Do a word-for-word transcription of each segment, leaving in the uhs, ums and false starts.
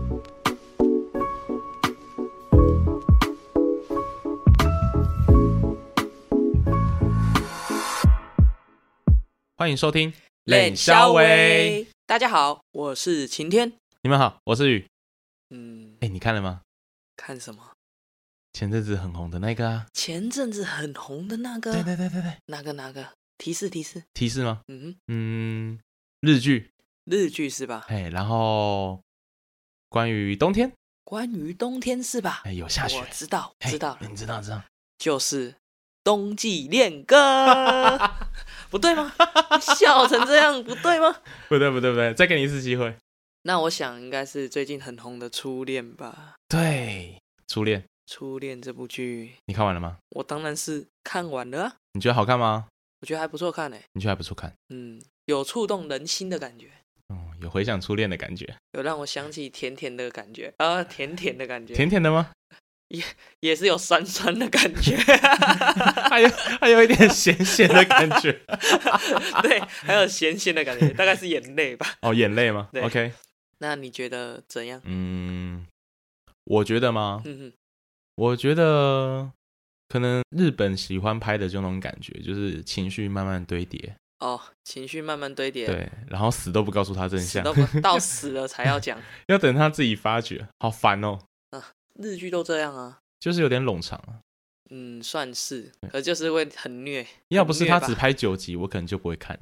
欢迎收听冷肖威，大家好，我是晴天。 你们好，我是雨。 嗯， 哎，你看了吗？ 看什么？ 前阵子很红的那个啊。 前阵子很红的那个？ 对对对对对。 哪个哪个？提示提示。 提示吗？ 嗯哼， 嗯，日剧。 日剧是吧？ 哎，然后关于冬天。 关于冬天是吧？ 哎，有下雪。 我知道，知道了。 你知道知道。 就是冬季恋歌。不对吗？笑成这样不对吗？ 不对不对不对，再给你一次机会。 那我想应该是最近很红的《初恋》吧。 对，初恋。 初恋这部剧你看完了吗？ 我当然是看完了啊。 你觉得好看吗？ 我觉得还不错看诶、欸。 你觉得还不错看？ 嗯，有触动人心的感觉。 嗯，有回想初恋的感觉， 有让我想起甜甜的感觉啊，甜甜的感觉。 甜甜的吗？ 也也是有酸酸的感觉。 还有还有一点咸咸的感觉。 对，还有咸咸的感觉，大概是眼泪吧。 哦，眼泪吗？ 对 OK。 那你觉得怎样？ 嗯，我觉得吗？ 嗯哼， 我觉得可能日本喜欢拍的这种感觉，就是情绪慢慢堆叠。 哦，情绪慢慢堆叠。 对，然后死都不告诉他真相， 死都不到死了才要讲。 要等他自己发觉，好烦哦。 啊，日剧都这样啊。 就是有点冗长啊。 嗯，算是，可就是会很虐。 要不是他只拍九集，我可能就不会看。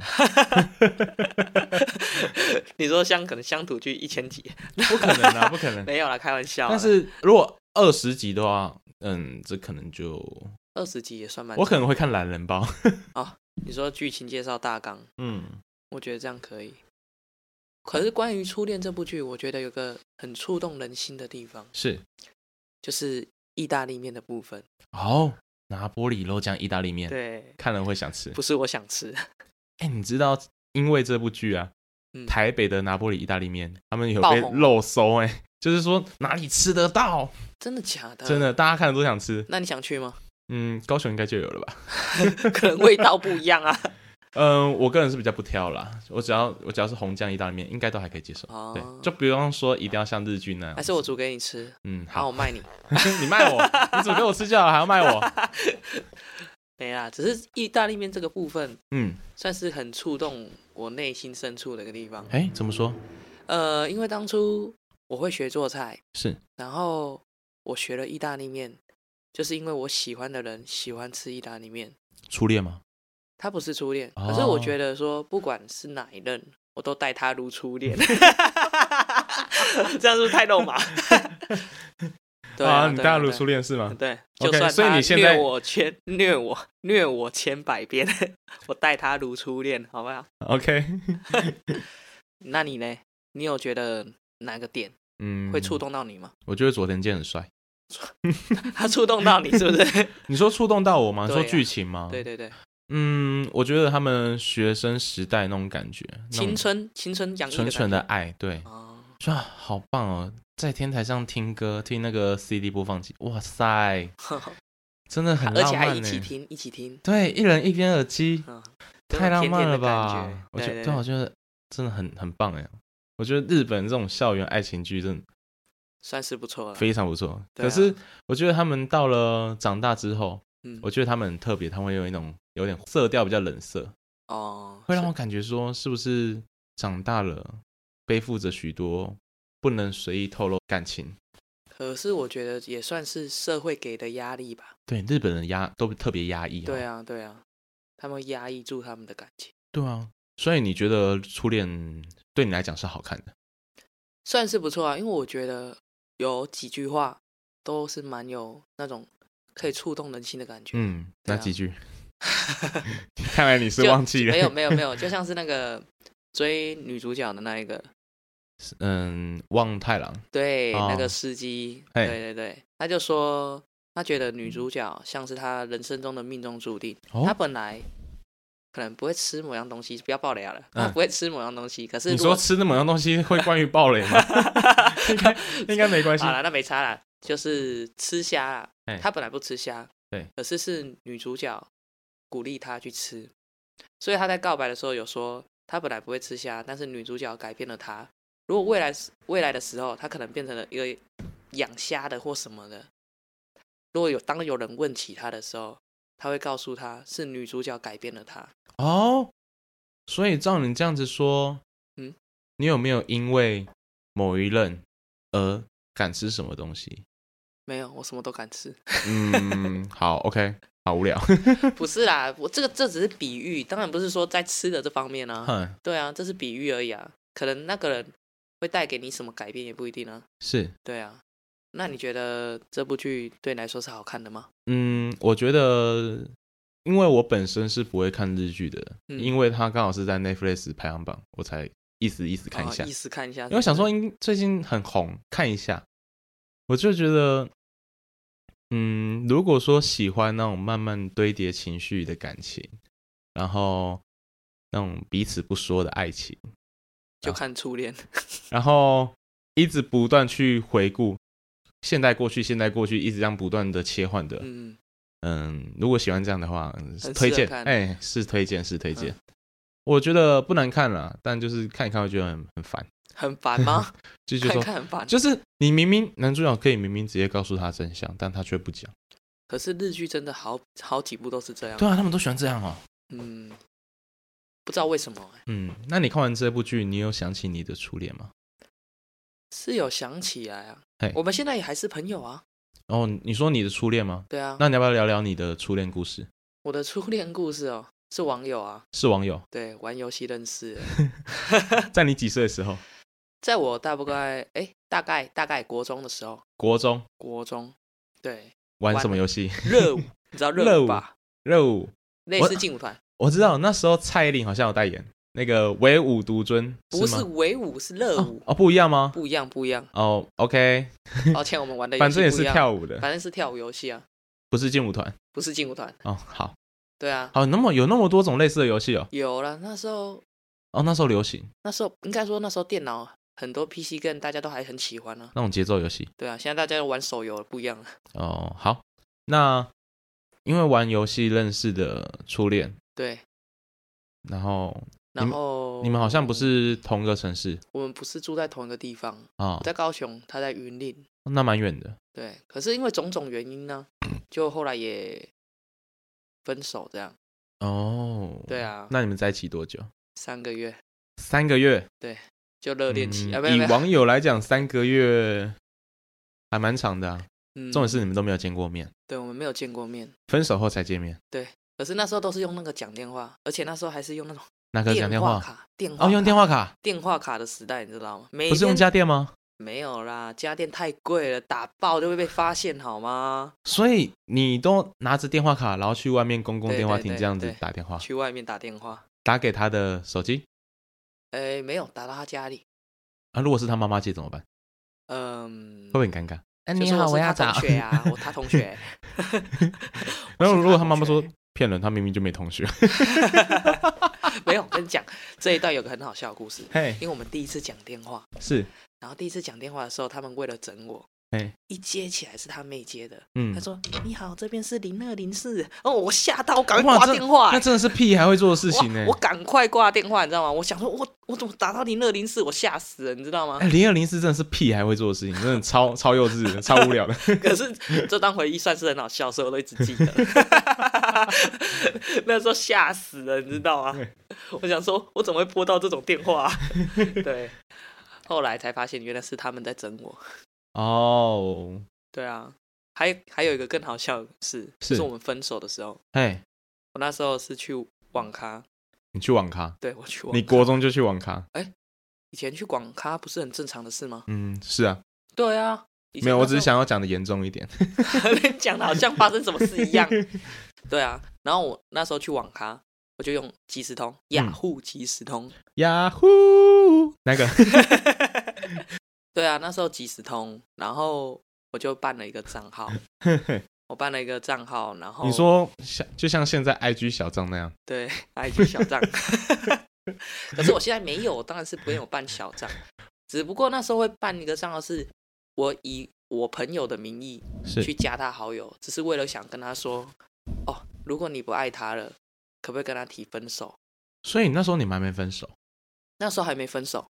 你说像可能乡土剧一千集？ 不可能啊，不可能。 没有啦，开玩笑。 但是如果二十集的话，嗯，这可能就二十集也算蛮。 我可能会看懒人包。 哦，你说剧情介绍大纲， 嗯， 我觉得这样可以。可是关于初恋这部剧，我觉得有个很触动人心的地方， 是就是意大利面的部分。 哦，拿玻璃肉酱意大利面， 对， 看了会想吃。 不是我想吃。 哎，你知道因为这部剧啊， 嗯、 台北的拿玻璃意大利面，他们有被肉搜哎、欸，就是说哪里吃得到？ 真的假的？ 真的，大家看了都想吃。 那你想去吗？ 嗯，高雄应该就有了吧？ 可能味道不一样啊。 嗯，我个人是比较不挑啦，我只要我只要是红酱意大利面，应该都还可以接受。哦、对，就不用说一定要像日剧那样。 还是我煮给你吃？ 嗯， 好，我卖你。 你卖我？你煮给我吃就好，还要卖我？ 没啦，只是意大利面这个部分， 嗯， 算是很触动我内心深处的一个地方。 哎，怎么说？ 呃，因为当初我会学做菜， 是， 然后我学了意大利面，就是因为我喜欢的人喜欢吃意大利面。 初恋吗？ 他不是初恋， 哦、 可是我觉得说，不管是哪一任，我都待他如初恋。这样是不是太肉麻？对啊， 啊你待他如初恋是吗？ 对， okay, 就算所以你现在虐我千虐我虐我千百遍，我待他如初恋，好不好 ？OK。 那你呢？你有觉得哪个点嗯会触动到你吗？ 我觉得佐藤健很帅。 他触动到你是不是？ 你说触动到我吗？你说剧情吗？ 对对对。 嗯，我觉得他们学生时代那种感觉， 青春青春洋溢的纯纯的爱，对， 哦， 哇，好棒哦！在天台上听歌，听那个 C D 播放机，哇塞，真的很浪漫， 而且还一起听，一起听， 对，一人一边耳机， 嗯、 太浪漫了吧？ 甜甜的我觉得，对，我觉得真的很很棒哎！我觉得日本这种校园爱情剧真的算是不错了， 非常不错。 啊、 可是我觉得他们到了长大之后， 嗯， 我觉得他们很特别，他们会有一种有点色调比较冷色哦， 会让我感觉说是不是长大了，背负着许多不能随意透露感情。 可是我觉得也算是社会给的压力吧。 对，日本人压都特别压抑。 对啊，对啊，他们压抑住他们的感情。 对啊，所以你觉得初恋对你来讲是好看的？ 算是不错啊，因为我觉得有几句话都是蛮有那种可以触动人心的感觉。 嗯，那、啊、几句？看来你是忘记了。 没有没有没有，就像是那个追女主角的那一个， 嗯，望太郎。 对， 哦、 那个司机，对对对，他就说他觉得女主角像是他人生中的命中注定。哦、他本来可能不会吃某样东西，不要爆雷了，嗯、他不会吃某样东西。可是你说吃的某样东西会关于爆雷吗？应该应该没关系。 好了，那没差了，就是吃虾啦。他本来不吃虾， 对， 可是是女主角鼓励他去吃，所以他在告白的时候有说，他本来不会吃虾，但是女主角改变了他， 如果未来未来的时候，他可能变成了一个养虾的或什么的，如果有当有人问起他的时候，他会告诉他是女主角改变了他。 哦，所以照你这样子说，嗯，你有没有因为某一任而敢吃什么东西？ 没有，我什么都敢吃。 嗯，好 ，OK， 好无聊。 不是啦，我这个这只是比喻，当然不是说在吃的这方面啊。对啊，这是比喻而已啊。可能那个人会带给你什么改变也不一定啊。 是， 对啊。那你觉得这部剧对你来说是好看的吗？ 嗯，我觉得，因为我本身是不会看日剧的，嗯、因为它刚好是在 Netflix 排行榜，我才意思意思看一下， 哦、意思看一下是不是， 因为我想说最近很红，看一下，我就觉得。嗯，如果说喜欢那种慢慢堆叠情绪的感情，然后那种彼此不说的爱情， 就看初恋， 然后一直不断去回顾现代过去，现代过去，一直这样不断的切换的。嗯嗯，如果喜欢这样的话，推荐，哎、欸，是推荐，是推荐。嗯、我觉得不难看啦，但就是看一看会觉得很很烦。 很烦吗？ 就就说看很烦， 就是你明明男主角可以明明直接告诉他真相，但他却不讲。 可是日剧真的好好几部都是这样。 对啊，他们都喜欢这样哦。 嗯，不知道为什么、欸。 嗯，那你看完这部剧，你有想起你的初恋吗？ 是有想起来啊。我们现在也还是朋友啊。 哦，你说你的初恋吗？ 对啊。 那你要不要聊聊你的初恋故事？ 我的初恋故事哦，是网友啊。 是网友。 对，玩游戏认识的。 在你几岁的时候？ 在我大概哎，大概大概国中的时候。 国中。 国中。对。 玩什么游戏？ 热舞，你知道热舞吧？ 热舞， 类似劲舞团。 我知道，那时候蔡依林好像有代言那个唯舞独尊， 不是唯舞，是热舞。 哦，不一样吗？ 不一样，不一样。 哦 ，OK。 抱歉，我们玩的游戏反正也是跳舞的， 反正是跳舞游戏啊， 不是劲舞团， 不是劲舞团。 哦，好。 对啊。 好，那么有那么多种类似的游戏哦。 有了，那时候。 哦，那时候流行。 那时候应该说那时候电脑。很多 P C 跟大家都还很喜欢啊， 那种节奏游戏。 对啊，现在大家都玩手游不一样了。 哦，好，那因为玩游戏认识的初恋。 对。 然后， 然后你们好像不是同一个城市。 我们不是住在同一个地方啊，我在高雄，他在云林， 那蛮远的。 对，可是因为种种原因呢，就后来也分手这样。 哦。 对啊。 那你们在一起多久？ 三个月。 三个月。 对。就热恋期、嗯啊、 以网友来讲，三个月还蛮长的啊。嗯、重点是你们都没有见过面。 对，我们没有见过面， 分手后才见面。 对，可是那时候都是用那个讲电话，而且那时候还是用那种哪个讲电话卡？电话卡哦，用电话卡。 电话卡的时代，你知道吗？ 不是用家电吗？ 没有啦，家电太贵了，打爆就会被发现，好吗？ 所以你都拿着电话卡，然后去外面公共电话亭这样子打电话， 去外面打电话， 打给他的手机。 哎，没有，打到他家里。 啊，如果是他妈妈接怎么办？ 嗯， 会不会很尴尬？ 哎，你好，我要找同学啊，我他同学。 然后如果他妈妈说骗人，他明明就没同学。 没有，我跟你讲，这一段有个很好笑的故事。 嘿， 因为我们第一次讲电话是， 然后第一次讲电话的时候，他们为了整我。一接起来是他妹接的，嗯，他说：“你好，这边是零二零四。”哦，我吓到，我赶快挂电话、欸。 那真的是屁还会做的事情呢、欸。 我赶快挂电话，你知道吗？我想说我，我我怎么打到零二零四？我吓死了，你知道吗？ 零二零四真的是屁还会做的事情，真的超超幼稚的，超无聊的。 可是这段回忆算是很好笑，所以我都一直记得。那时候吓死了，你知道吗？我想说，我怎么会拨到这种电话、啊？对，后来才发现原来是他们在整我。 哦。Oh. 对啊，还还有一个更好笑的事，是就是我们分手的时候。 哎， 我那时候是去网咖。 你去网咖？ 对，我去网咖。 你国中就去网咖？ 哎，以前去网咖不是很正常的事吗？ 嗯，是啊。 对啊。 没有，我只是想要讲的严重一点。 你讲的好像发生什么事一样。对啊，然后我那时候去网咖，我就用即时通，雅虎即时通。 雅虎那个？ 对啊，那时候即时通，然后我就办了一个账号。我办了一个账号，然后你说像就像现在 I G 小账那样？ 对 ，I G 小账。可是我现在没有，当然是不用办小账。只不过那时候会办一个账号，是我以我朋友的名义去加他好友，只是为了想跟他说，哦，如果你不爱他了，可不可以跟他提分手？ 所以那时候你们还没分手？ 那时候还没分手。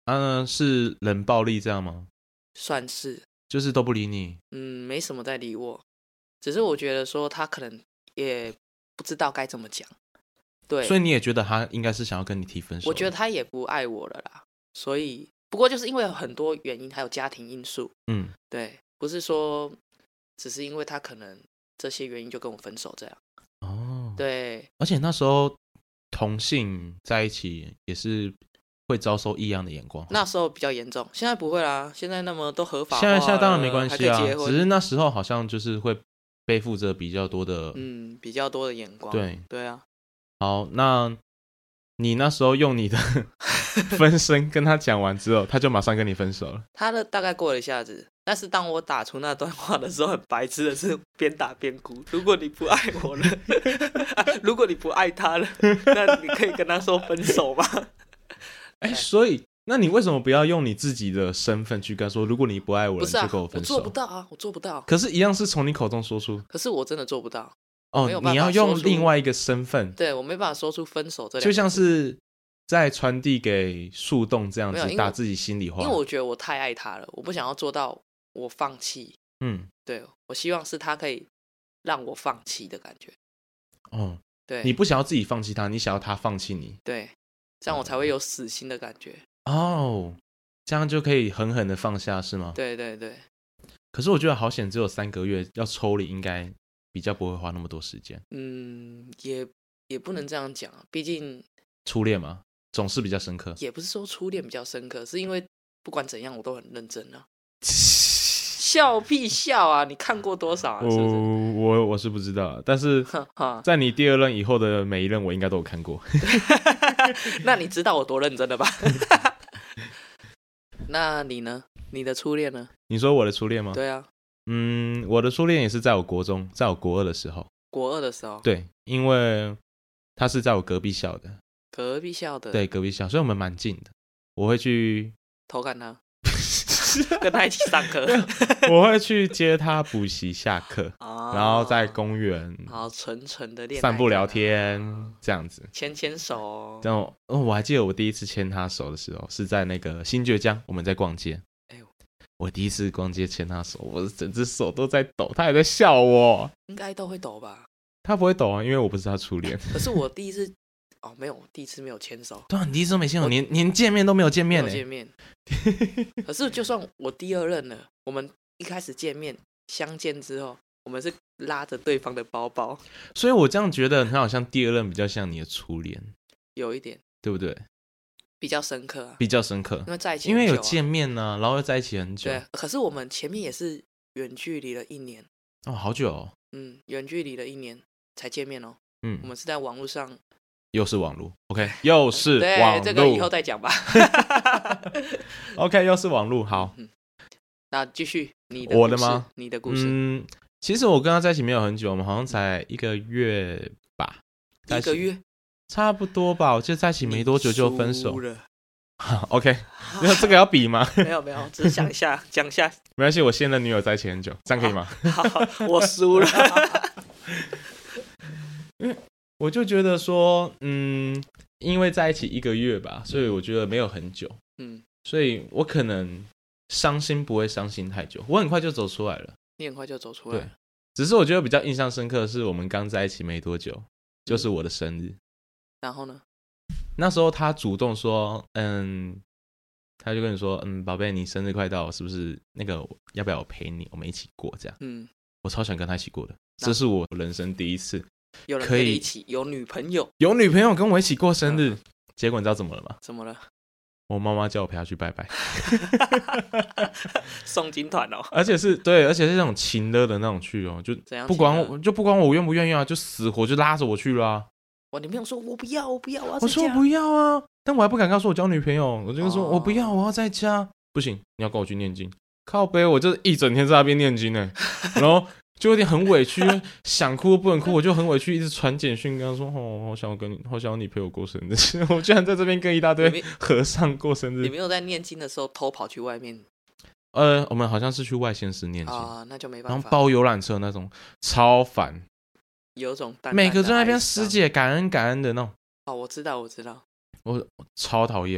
啊，是冷暴力这样吗？ 算是， 就是都不理你。 嗯，没什么在理我，只是我觉得说他可能也不知道该怎么讲。对， 所以你也觉得他应该是想要跟你提分手？ 我觉得他也不爱我了啦，所以不过就是因为有很多原因，还有家庭因素。嗯，对，不是说只是因为他可能这些原因就跟我分手这样。哦，对， 而且那时候同性在一起也是会遭受异样的眼光。 那时候比较严重，现在不会啦，现在那么都合法化了， 现在现在当然没关系啊，只是那时候好像就是会背负着比较多的嗯比较多的眼光。 对对啊。 好，那你那时候用你的分身跟他讲完之后，他就马上跟你分手了。 他的大概过了一下子，但是当我打出那段话的时候，很白痴的是边打边哭。如果你不爱我了、啊，如果你不爱他了，那你可以跟他说分手吗？ 哎、欸，所以那你为什么不要用你自己的身份去跟他说，如果你不爱我了， 不是啊， 你就跟我分手？ 我做不到啊，我做不到。 可是，一样是从你口中说出。 可是我真的做不到。 哦，你要用另外一个身份。 对，我没办法说出分手这两个字， 就像是在传递给树洞这样子打自己心里话。 因为我觉得我太爱他了，我不想要做到我放弃。嗯，对，我希望是他可以让我放弃的感觉。哦，对， 你不想要自己放弃他，你想要他放弃你。 对，这样我才会有死心的感觉。 哦，这样就可以狠狠的放下是吗？ 对对对。 可是我觉得好险，只有三个月，要抽离应该比较不会花那么多时间。 嗯，也也不能这样讲，毕竟初恋嘛，总是比较深刻。 也不是说初恋比较深刻，是因为不管怎样我都很认真啊。笑屁笑啊！你看过多少啊？是不是？ 我我我是不知道，但是在你第二任以后的每一任，我应该都有看过。 那你知道我多认真了吧？那你呢？你的初恋呢？ 你说我的初恋吗？ 对啊。 嗯，我的初恋也是在我国中，在我国二的时候。 国二的时候。 对，因为他是在我隔壁校的。 隔壁校的。 对，隔壁校，所以我们蛮近的。我会去偷看他。跟他一起上课。 我会去接他补习下课、哦、然后在公园好纯纯的恋爱散步聊天、哦、这样子牵牵手。 然后、哦、我还记得我第一次牵他手的时候是在那个新崛江，我们在逛街、哎、我第一次逛街牵他手，我整只手都在抖，他还在笑我。 应该都会抖吧？ 他不会抖啊，因为我不是他初恋。 可是我第一次哦，没有，第一次没有牵手。 对啊，你第一次都没牵手，连连见面都没有见面、欸、 没有见面。可是就算我第二任了，我们一开始见面相见之后，我们是拉着对方的包包。 所以我这样觉得他好像第二任比较像你的初恋， 有一点， 对不对？ 比较深刻、啊、 比较深刻， 因为在一起、 啊、因为有见面啊，然后又在一起很久。 对，可是我们前面也是远距离了一年。 哦，好久哦。 嗯，远距离了一年才见面哦。嗯，我们是在网络上。 又是网路 ，OK， 又是网路， 对，这个以后再讲吧。 OK， 又是网路，好。 嗯、那继续你的我的吗？ 你的故事。 嗯，其实我跟他在一起没有很久，我们好像才一个月吧。 一个月？ 差不多吧，我记得在一起没多久就分手了。OK， 没有这个要比吗？ 没有没有，只是想一下，讲一下。 没关系，我现任女友在一起很久，这样可以吗？ 好，我输了。 因为我就觉得说，嗯，因为在一起一个月吧，所以我觉得没有很久，嗯，所以我可能伤心不会伤心太久，我很快就走出来了。 你很快就走出来了。 对，只是我觉得比较印象深刻的是，我们刚在一起没多久，就是我的生日。 然后呢？ 那时候他主动说，嗯，他就跟你说，嗯，宝贝，你生日快到了，是不是那个要不要我陪你，我们一起过这样？嗯，我超想跟他一起过的，这是我人生第一次。 有人可以一起有女朋友， 有女朋友跟我一起过生日、嗯，结果你知道怎么了吗？ 怎么了？ 我妈妈叫我陪她去拜拜， 诵经团哦， 而且是对，而且是那种情勒的那种去哦，就不管我就不管我愿不愿意啊，就死活就拉着我去了、啊。 我女朋友说我不要，我不要，我要在家。 我说我不要啊，但我还不敢告诉我交女朋友，我就说、哦、我不要，我要在家。不行，你要跟我去念经。靠北，我就是一整天在那边念经哎，然后。就有点很委屈，想哭不能哭，我就很委屈，一直传简讯跟他说：“哦，好想要跟你，好想要你陪我过生日。”我居然在这边跟一大堆和尚过生日。 你没有在念经的时候偷跑去外面？ 呃，我们好像是去外县市念经啊，那就没办法。 然后包游览车那种，超烦。 有种淡淡的每个在那边师姐感恩感恩的那种。 哦，我知道，我知道。 我超讨厌。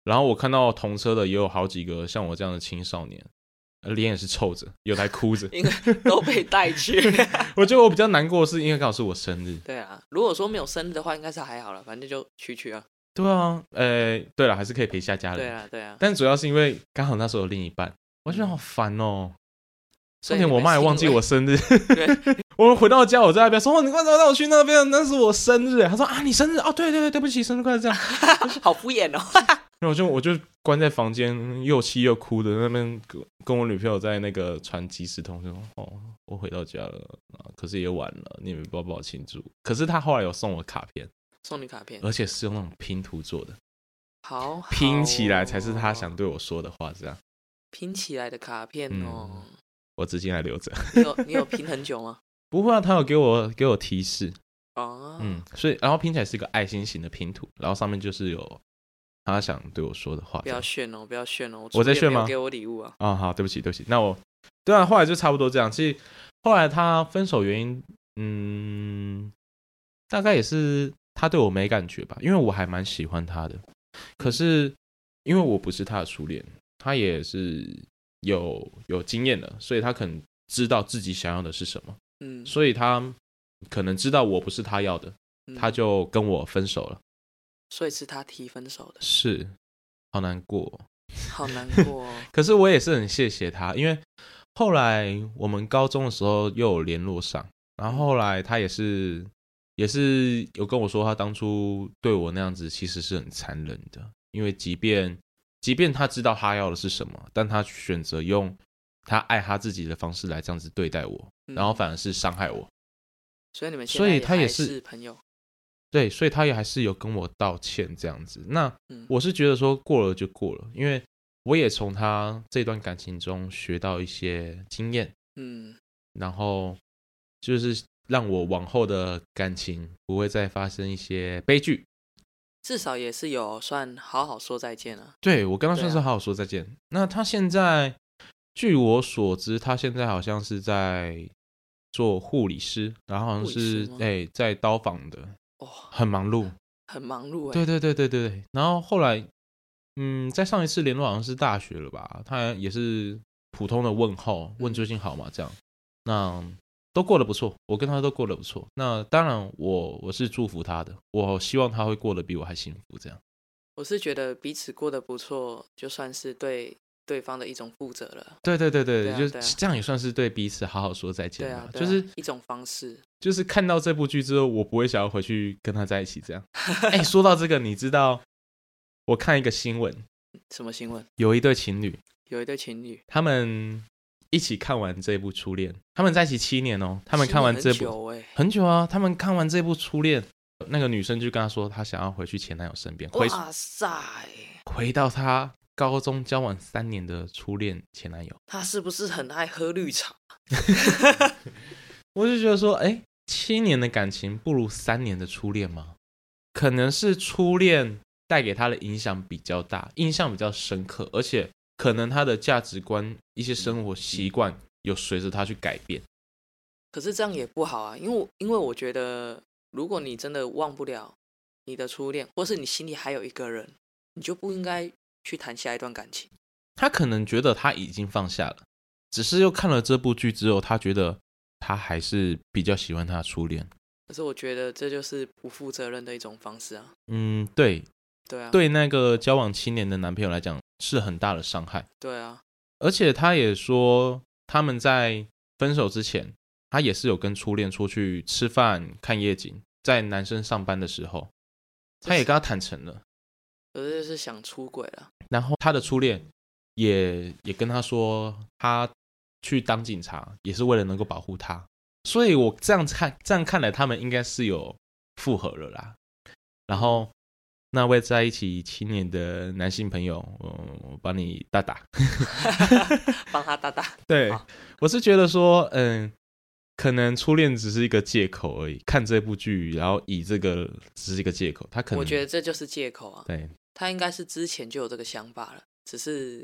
然后我看到同车的也有好几个像我这样的青少年，脸也是臭着，有在哭着， 因为都被带去。 我觉得我比较难过的是因为刚好是我生日。 对啊，如果说没有生日的话应该是还好了，反正就去去啊。 对啊，呃，对了，还是可以陪一下家人。 对啊对啊， 但主要是因为刚好那时候有另一半，我觉得好烦哦。昨天我妈也忘记我生日，我们回到家，我在那边说：“哦，你快点带我去那边，那是我生日。”她说：“啊，你生日哦，对对对，对不起，生日快乐。”这样， 好敷衍哦。 然后我就我就关在房间，又气又哭的那边跟跟我女朋友在那个传即时通，说：“哦，我回到家了，可是也晚了，你们不要帮我庆祝。”可是她后来有送我卡片， 送你卡片， 而且是用那种拼图做的， 好，好拼起来才是她想对我说的话，这样。 拼起来的卡片哦。嗯， 我至今还留着。 你有你有拼很久吗？ 不会啊，他有给我给我提示哦， 嗯，所以然后拼起来是一个爱心型的拼图，然后上面就是有他想对我说的话。 不要炫哦，不要炫哦， 我在炫吗？ 给我礼物啊！ 啊、哦，好，对不起，对不起。那我对啊，后来就差不多这样。其实后来他分手原因，嗯，大概也是他对我没感觉吧，因为我还蛮喜欢他的，可是因为我不是他的初恋，他也是有有经验的，所以他可能知道自己想要的是什么，嗯，所以他可能知道我不是他要的，嗯，他就跟我分手了。 所以是他提分手的， 是，好难过， 好难过，哦。 可是我也是很谢谢他，因为后来我们高中的时候又有联络上，然后后来他也是也是有跟我说，他当初对我那样子其实是很残忍的，因为即便即便他知道他要的是什么，但他选择用他爱他自己的方式来这样子对待我，嗯，然后反而是伤害我。 所以你们现在还是朋友？ 对，所以他也还是有跟我道歉这样子。那我是觉得说过了就过了，因为我也从他这段感情中学到一些经验，嗯，然后就是让我往后的感情不会再发生一些悲剧。 至少也是有算好好说再见了。 对，我跟他算是好好说再见。啊，那他现在据我所知，他现在好像是在做护理师，然后好像是哎、欸、在刀房的。哦，很忙碌， 很忙碌。 对对对对对对。然后后来，嗯，在上一次联络好像是大学了吧，他也是普通的问候，问最近好吗？这样，那都过得不错，我跟他都过得不错。那当然我，我是祝福他的，我希望他会过得比我还幸福。这样， 我是觉得彼此过得不错，就算是对对方的一种负责了。 对对对 对, 对、啊、就这样也算是对彼此好好说再见吧。 对啊对啊， 就是一种方式。 就是看到这部剧之后，我不会想要回去跟他在一起这样。哎，说到这个，你知道我看一个新闻， 什么新闻？ 有一对情侣， 有一对情侣， 他们一起看完这部《初恋》，他们在一起七年哦。他们看完这部很久哎， 很久啊。他们看完这部《初恋》，那个女生就跟他说，她想要回去前男友身边。 哇塞， 回到她高中交往三年的初恋前男友。 他是不是很爱喝绿茶？ 我就觉得说，哎，七年的感情不如三年的初恋吗？可能是初恋带给他的影响比较大，印象比较深刻，而且可能他的价值观、一些生活习惯有随着他去改变。 可是这样也不好啊，因为因为我觉得，如果你真的忘不了你的初恋，或是你心里还有一个人，你就不应该去谈下一段感情。 他可能觉得他已经放下了，只是又看了这部剧之后，他觉得他还是比较喜欢他的初恋。 可是我觉得这就是不负责任的一种方式啊。 嗯，对， 对啊， 对那个交往七年的男朋友来讲是很大的伤害。 对啊， 而且他也说，他们在分手之前，他也是有跟初恋出去吃饭、看夜景，在男生上班的时候，他也跟他坦诚了。 可是就是想出轨了。 然后他的初恋也也跟他说，他去当警察也是为了能够保护他。所以我这样看，这样看来，他们应该是有复合了啦。然后那位在一起七年的男性朋友，我帮你打打， 帮他打打。 对，我是觉得说，嗯，可能初恋只是一个借口而已。看这部剧，然后以这个只是一个借口，他可能我觉得这就是借口啊。 对， 他应该是之前就有这个想法了，只是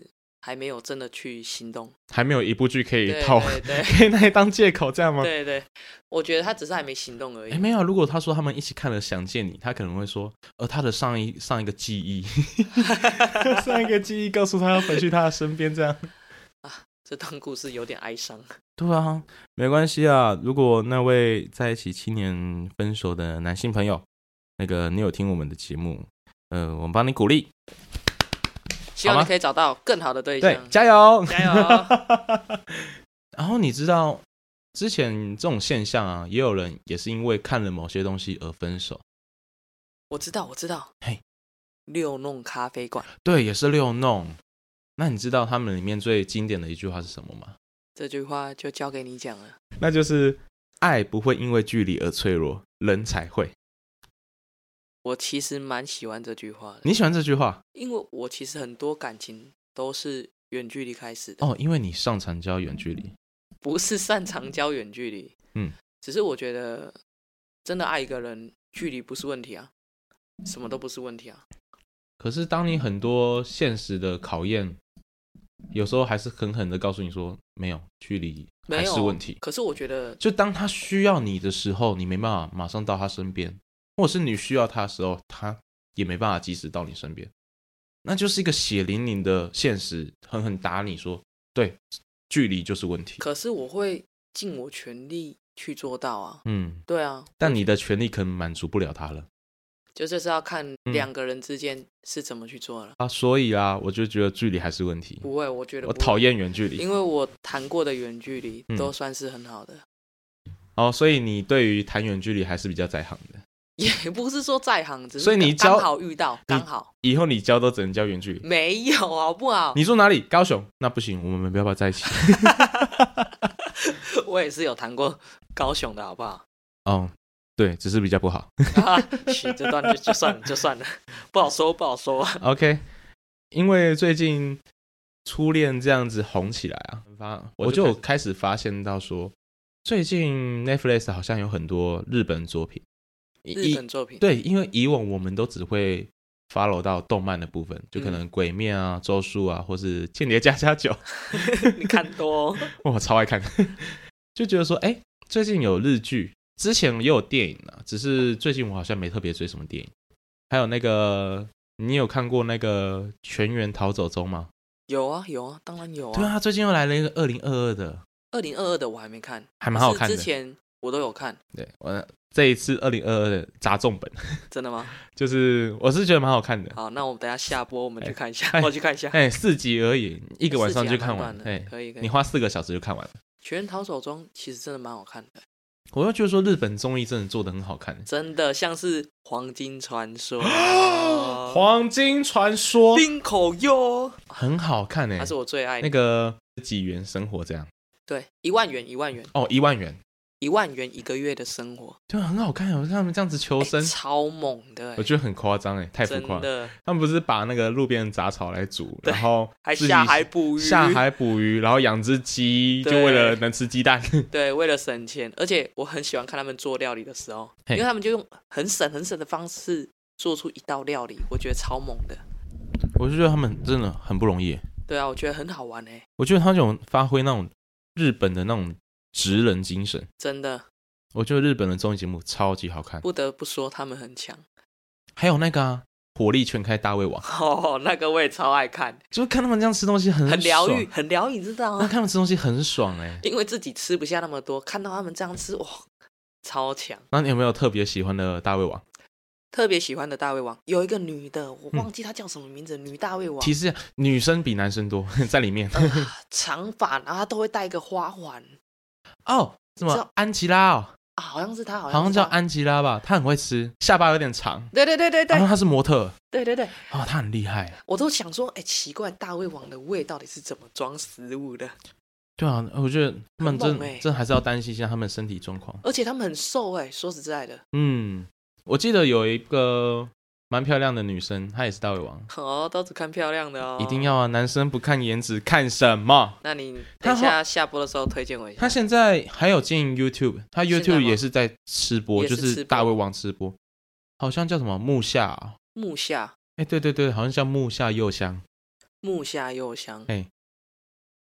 还没有真的去行动， 还没有一部剧可以套，对对对可以拿来当借口，这样吗？ 对对，我觉得他只是还没行动而已。 哎，没有，如果他说他们一起看了《想见你》，他可能会说，呃，他的上一上一个记忆，上一个记忆告诉他要回去他的身边，这样啊，这段故事有点哀伤。 对啊，没关系啊。如果那位在一起七年分手的男性朋友，那个你有听我们的节目，呃，我们帮你鼓励， 希望你可以找到更好的对象。 对，加油， 加油。 然后你知道之前这种现象啊，也有人也是因为看了某些东西而分手。 我知道，我知道。 嘿， 六弄咖啡馆。 对，也是六弄。那你知道他们里面最经典的一句话是什么吗？ 这句话就交给你讲了。 那就是爱不会因为距离而脆弱，人才会。 我其实蛮喜欢这句话的。 你喜欢这句话？ 因为我其实很多感情都是远距离开始的。 哦，因为你擅长交远距离。 不是擅长交远距离，嗯，只是我觉得真的爱一个人，距离不是问题啊，什么都不是问题啊。 可是当你很多现实的考验，有时候还是狠狠的告诉你说，没有距离还是问题。 可是我觉得， 就当他需要你的时候，你没办法马上到他身边，或者是你需要他的时候，他也没办法及时到你身边，那就是一个血淋淋的现实，狠狠打你说，对，距离就是问题。 可是我会尽我全力去做到啊。嗯，对啊。 但你的权利可能满足不了他了。 就这是要看两个人之间是怎么去做了、 嗯、啊，所以啊，我就觉得距离还是问题。 不会，我觉得我讨厌远距离， 因为我谈过的远距离都算是很好的。 嗯、哦，所以你对于谈远距离还是比较在行的。 也不是说在行，只是所以你刚好遇到，刚好以后你交都只能交远距离。 没有好不好？ 你住哪里？高雄？那不行，我们不要不要在一起。 我也是有谈过高雄的好不好？ 哦。对，只是比较不好。 啊，这段就就算了，就算了，不好说，不好说。 OK， 因为最近初恋这样子红起来啊，我就有开始发现到说，最近 Netflix 好像有很多日本作品。 日本作品对，因为以往我们都只会 follow 到动漫的部分，就可能鬼灭啊、咒术啊，或是间谍加加九。 你看多、哦， 我超爱看，就觉得说，哎，最近有日剧。之前也有电影啊，只是最近我好像没特别追什么电影。还有那个，你有看过那个《全员逃走中》吗？ 有啊，有啊，当然有啊。 对啊，最近又来了一个二零二二的。 二零二二的我还没看， 还蛮好看的。 之前我都有看。 对，我这一次二零二二的砸重本。 真的吗？ 就是我是觉得蛮好看的。 好，那我们等一下下播我们去看一下，我去看一下。 哎，四集而已，一个晚上就看完了。 哎，可以可以。 你花四个小时就看完了。 全员逃走中其实真的蛮好看的。 我又觉得说日本综艺真的做得很好看， 真的像是《黄金传说》 黄金传说冰口优很好看哎， 它是我最爱的那个几元生活这样。 对，一万元一万元哦，一万元一万元一个月的生活， 对，很好看。我看他们这样子求生， 欸、超猛的， 我觉得很夸张哎，太浮夸了。他们不是把那个路边的杂草来煮，然后还下海捕鱼， 下海捕鱼，然后养只鸡，就为了能吃鸡蛋。 对，为了省钱。而且我很喜欢看他们做料理的时候，因为他们就用很省很省的方式做出一道料理，我觉得超猛的。 我就觉得他们真的很不容易。 对啊，我觉得很好玩哎。 我觉得他这种发挥那种日本的那种职人精神， 真的， 我觉得日本的综艺节目超级好看， 不得不说他们很强。 还有那个啊，火力全开大胃王， 哦，那个我也超爱看， 就是看他们这样吃东西很很疗愈，很疗愈，你知道吗？ 看他们吃东西很爽哎、 欸，因为自己吃不下那么多，看到他们这样吃，哇，超强。 那你有没有特别喜欢的大胃王？ 特别喜欢的大胃王有一个女的，我忘记她叫什么名字。嗯、女大胃王， 提示女生比男生多在里面， 呃、长发，然后她都会戴一个花环。 哦，什么安琪拉哦？ 啊，好像是她，好像好像叫安琪拉吧。她很会吃，下巴有点长。 对对对对对。 然后她是模特。 对对对。 哦，她很厉害。 我都想说，哎，奇怪，大胃王的胃到底是怎么装食物的？ 对啊，我觉得他们真真、欸、还是要担心一下他们身体状况。 而且他们很瘦哎、欸，说实在的。 嗯，我记得有一个蛮漂亮的女生，她也是大胃王。 哦，都只看漂亮的哦。 一定要啊，男生不看颜值看什么？ 那你等一下下播的时候推荐我一下。 他现在还有进 YouTube， 他 YouTube 也是在吃播，就是大胃王吃播，好像叫什么木下、哦。 木下。 哎、欸，对对对，好像叫木下佑香。 木下佑香。 哎、欸，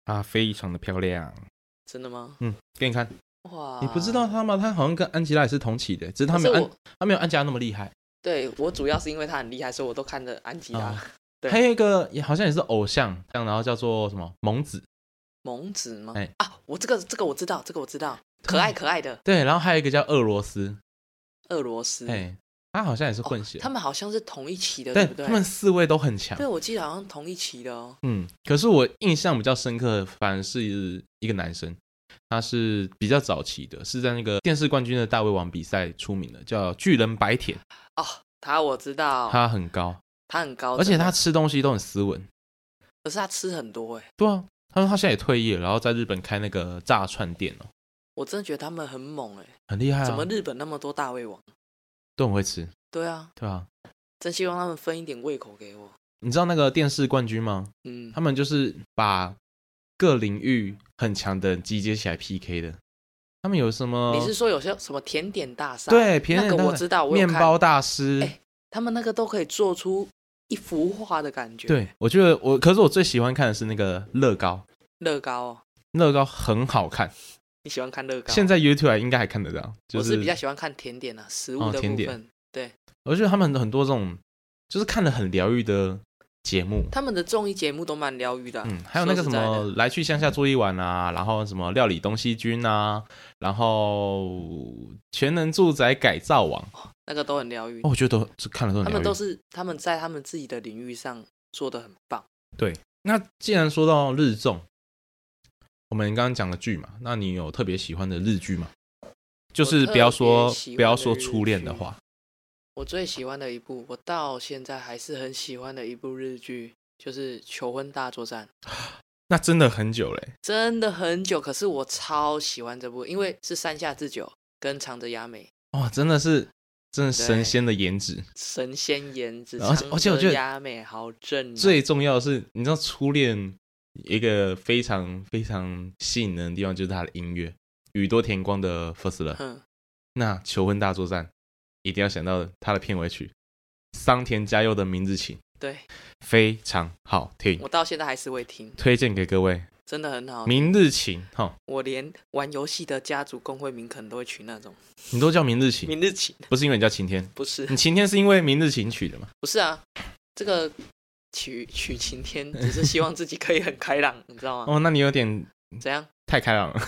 她非常的漂亮。 真的吗？ 嗯，给你看。 哇， 你不知道她吗？她好像跟安吉拉也是同期的，只是她没有安，她没有安吉拉那么厉害。 对，我主要是因为她很厉害，所以我都看着安吉拉。哦、对， 还有一个好像也是偶像，这样然后叫做什么萌子。 萌子吗？哎啊，我这个这个我知道，这个我知道，可爱可爱的。 对，然后还有一个叫俄罗斯。 俄罗斯。 哎。他好像也是混血、哦， 他们好像是同一期的， 对, 对不对？ 他们四位都很强。 对，我记得好像同一期的哦。 嗯，可是我印象比较深刻的反而是一个男生，他是比较早期的，是在那个电视冠军的大胃王比赛出名的，叫巨人白田。 哦，他我知道， 他很高， 他很高， 而且他吃东西都很斯文。 可是他吃很多哎。 对啊，他说他现在也退役了，然后在日本开那个炸串店哦。 我真的觉得他们很猛哎， 很厉害啊！ 怎么日本那么多大胃王？ 都很会吃。 对啊， 对啊， 真希望他们分一点胃口给我。 你知道那个电视冠军吗？嗯，他们就是把各领域很强的人集结起来 P K 的。他们有什么？ 你是说有些什么甜点大赛？ 对，甜点大赛， 那个我知道，我面包大师、 欸。他们那个都可以做出一幅画的感觉。 对，我觉得我，可是我最喜欢看的是那个乐高。 乐高哦， 乐高很好看。 你喜欢看乐高？ 现在 YouTube 应该还看得到。就是、 我是比较喜欢看甜点啊，食物的部分。哦、甜点对， 我觉得他们很多这种就是看得很疗愈的节目， 他们的综艺节目都蛮疗愈的、啊。 嗯，还有那个什么来去乡下住一晚啊，然后什么料理东西君啊，然后全能住宅改造网， 哦、那个都很疗愈、 哦。我觉得都看了都很疗愈。 他们都是他们在他们自己的领域上做得很棒。 对，那既然说到日综，我们刚刚讲了剧嘛，那你有特别喜欢的日剧吗？就是不要说不要说初恋的话。 我最喜欢的一部，我到现在还是很喜欢的一部日剧，就是《求婚大作战》。 那真的很久嘞， 真的很久。可是我超喜欢这部，因为是山下智久跟长泽雅美。 哇，真的是真的神仙的颜值， 神仙颜值。 而且而且我觉得雅美好正、啊。 最重要的是，你知道初恋一个非常非常吸引人的地方就是它的音乐，宇多田光的 First Love。嗯，那求婚大作战一定要想到它的片尾曲桑田佳佑的明日情， 对， 非常好听， 我到现在还是会听， 推荐给各位， 真的很好听。 明日情、哦、 我连玩游戏的家族公会名可能都会取那种。 你都叫明日情？ 明日情不是因为你叫晴天？ 不是， 你晴天是因为明日情取的吗？ 不是啊，这个取取晴天只是希望自己可以很开朗，你知道吗？ 哦，那你有点怎样？ 太开朗了。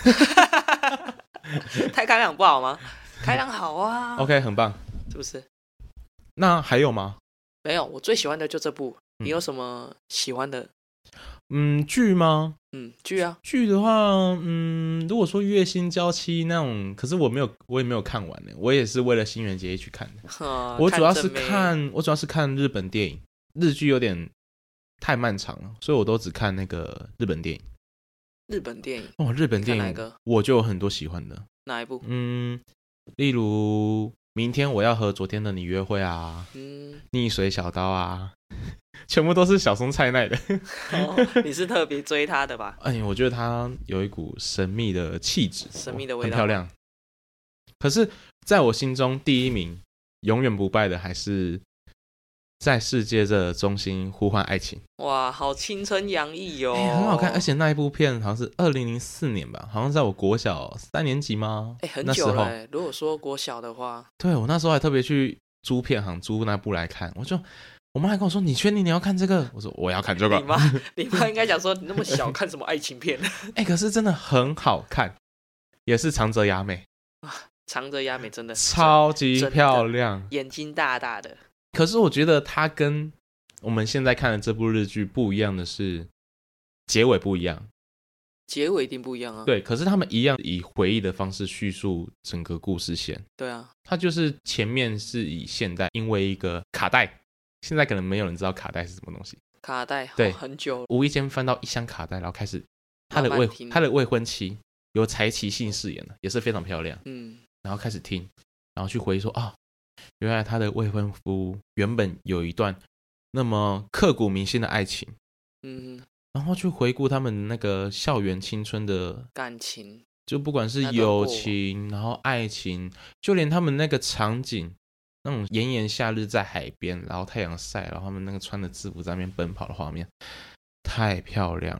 太开朗不好吗？开朗好啊。 OK， 很棒， 是不是？ 那还有吗？ 没有，我最喜欢的就这部。你有什么喜欢的？ 嗯，剧吗？ 嗯，剧啊。 剧的话，嗯，如果说月薪娇妻那种，可是我没有，我也没有看完呢。我也是为了新垣结衣去看的。啊、我主要是看，我主要是看日本电影，日剧有点太漫长了，所以我都只看那个日本电影。 日本电影哦，日本电影我就有很多喜欢的。 哪一部？ 嗯，例如明天我要和昨天的你约会啊，嗯，逆水小刀啊，全部都是小松菜奈的。 哦，你是特别追他的吧？ 哎，我觉得他有一股神秘的气质， 神秘的味道， 很漂亮。可是在我心中第一名永远不败的还是在世界的中心呼唤爱情。 哇，好青春洋溢哦、 欸，很好看。而且那一部片好像是二零零四年吧，好像在我国小三年级吗？ 哎、欸，很久了、欸。如果说国小的话， 对，我那时候还特别去租片行租那部来看。我就我妈还跟我说：“你确定你要看这个？”我说：“我要看这个。” 你妈，你妈应该讲说：“你那么小看什么爱情片？” 哎、欸，可是真的很好看，也是长泽雅美。 长泽雅美真的超级漂亮， 眼睛大大的。 可是我觉得她跟我们现在看的这部日剧不一样的是，结尾不一样。 结尾一定不一样啊。 对，可是他们一样以回忆的方式叙述整个故事线。 对啊， 它就是前面是以现代，因为一个卡带，现在可能没有人知道卡带是什么东西。 卡带， 对， 哦、很久了， 无意间翻到一箱卡带，然后开始他的未慢慢他的未婚妻由柴崎幸饰演的，也是非常漂亮。 嗯， 然后开始听，然后去回忆说啊，原来他的未婚夫原本有一段那么刻骨铭心的爱情。嗯，然后去回顾他们那个校园青春的感情， 就不管是友情，然后爱情，就连他们那个场景，那种炎炎夏日在海边，然后太阳晒，然后他们那个穿的制服在那边奔跑的画面，太漂亮了。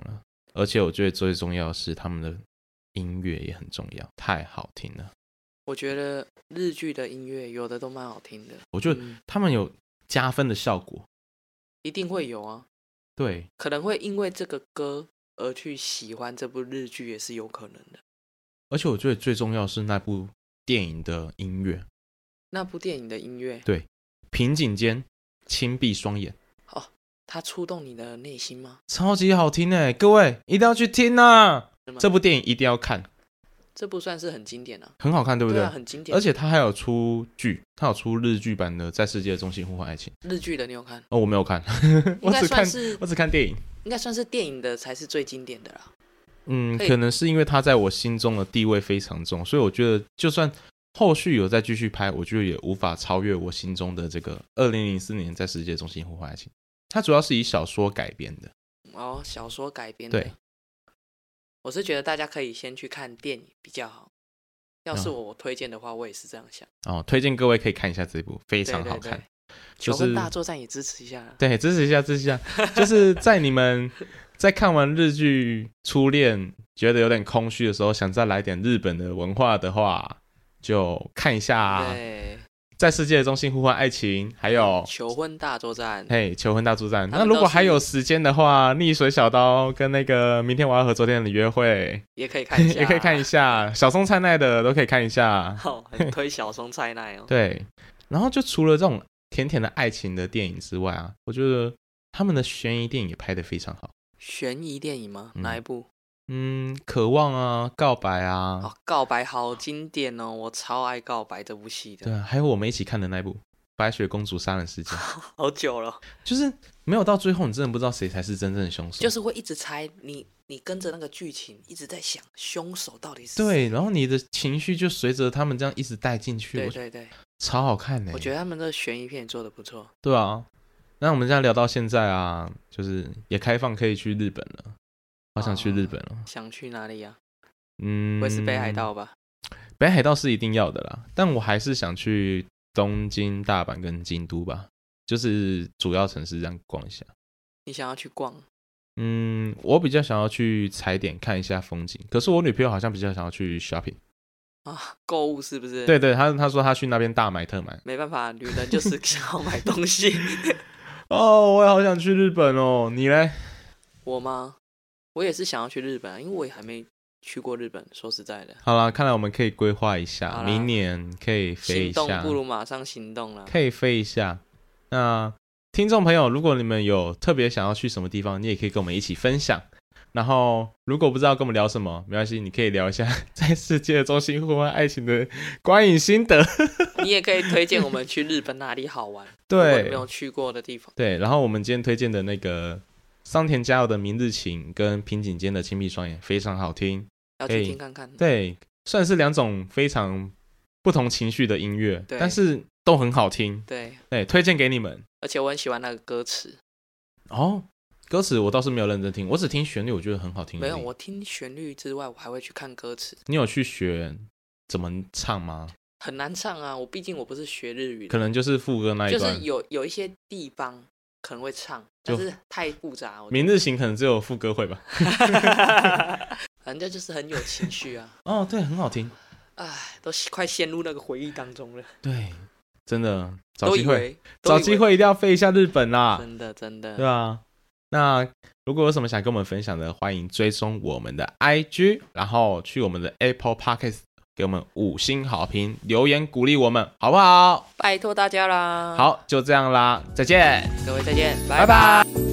而且我觉得最重要的是他们的音乐也很重要，太好听了。 我觉得日剧的音乐有的都蛮好听的， 我觉得他们有加分的效果，嗯、 一定会有啊。 对， 可能会因为这个歌而去喜欢这部日剧也是有可能的。 而且我觉得最重要是那部电影的音乐， 那部电影的音乐， 对，平井坚轻闭双眼， 哦，它触动你的内心吗？ 超级好听耶，各位一定要去听啊！这部电影一定要看。 这部算是很经典啊， 很好看，对不对？ 对啊，很经典。 而且它还有出剧，它有出日剧版的《在世界的中心呼唤爱情》。 日剧的你有看？ 哦，我没有看，我只看我只看电影。 应该算是电影的才是最经典的啦。 嗯，可能是因为它在我心中的地位非常重，所以我觉得就算后续有再继续拍，我觉得也无法超越我心中的这个二零零四年《在世界的中心呼唤爱情》。它主要是以小说改编的。 哦，小说改编的。对。我是觉得大家可以先去看电影比较好。要是我推荐的话，我也是这样想。 哦，推荐各位可以看一下这部，非常好看。对对对， 求婚大作战也支持一下。 对，支持一下，支持一下。就是在你们在看完日剧《初恋》觉得有点空虚的时候，想再来点日本的文化的话，就看一下。对。在世界的中心呼唤爱情，还有求婚大作战。 嘿，求婚大作战。那如果还有时间的话，逆水小刀跟那个明天我要和昨天的约会也可以看一下， 也可以看一下。小松菜奈的都可以看一下。 哦，很推小松菜奈哦。 对，然后就除了这种甜甜的爱情的电影之外啊，我觉得他们的悬疑电影也拍得非常好。 悬疑电影吗？嗯、哪一部？ 嗯，渴望啊，告白啊、 哦，告白好经典哦，我超爱告白这部戏的。 对啊，还有我们一起看的那一部《白雪公主杀人事件》， 好久了， 就是没有到最后，你真的不知道谁才是真正的凶手， 就是会一直猜，你你跟着那个剧情一直在想凶手到底是谁， 对，然后你的情绪就随着他们这样一直带进去， 对对对， 超好看呢。 我觉得他们的悬疑片做得不错。 对啊，那我们这样聊到现在啊，就是也开放可以去日本了。好想去日本哦！ 想去哪里呀、啊？ 嗯， 不会是北海道吧？ 北海道是一定要的啦，但我还是想去东京、大阪跟京都吧，就是主要城市这样逛一下。 你想要去逛？ 嗯，我比较想要去踩点看一下风景，可是我女朋友好像比较想要去 shopping 啊，购物是不是？ 对对，她她说她去那边大买特买。 没办法，女人就是想要买东西。 哦，我也好想去日本哦，你嘞？ 我吗？我也是想要去日本、啊，因为我也还没去过日本。说实在的， 好啦，看来我们可以规划一下，明年可以飞一下。 行动不如马上行动啦， 可以飞一下。那听众朋友，如果你们有特别想要去什么地方，你也可以跟我们一起分享。然后，如果不知道跟我们聊什么，没关系，你可以聊一下在世界的中心呼唤爱情的观影心得。 你也可以推荐我们去日本哪里好玩， 对， 如果你没有去过的地方。 对，然后我们今天推荐的那个。桑田佳祐的《明日情》跟平井坚的《轻闭双眼》非常好听， 要去听看看。 对，算是两种非常不同情绪的音乐，但是都很好听。 对对，推荐给你们。 而且我很喜欢那个歌词。 哦，歌词我倒是没有认真听，我只听旋律，我觉得很好听。 没有，我听旋律之外，我还会去看歌词。 你有去学怎么唱吗？ 很难唱啊，我毕竟我不是学日语的， 可能就是副歌那一段， 就是有有一些地方。可能会唱，但是太复杂。 明日行可能只有副歌会吧， 反正就是很有情绪啊。 哦，对，很好听。 哎，都快陷入那个回忆当中了。 对，真的，找机会，找机会一定要飞一下日本啦！ 真的，真的， 对啊。那如果有什么想跟我们分享的，欢迎追踪我们的 I G， 然后去我们的 Apple Podcast。给我们五星好评，留言鼓励我们，好不好？ 拜托大家啦！ 好，就这样啦，再见， 各位再见， 拜拜。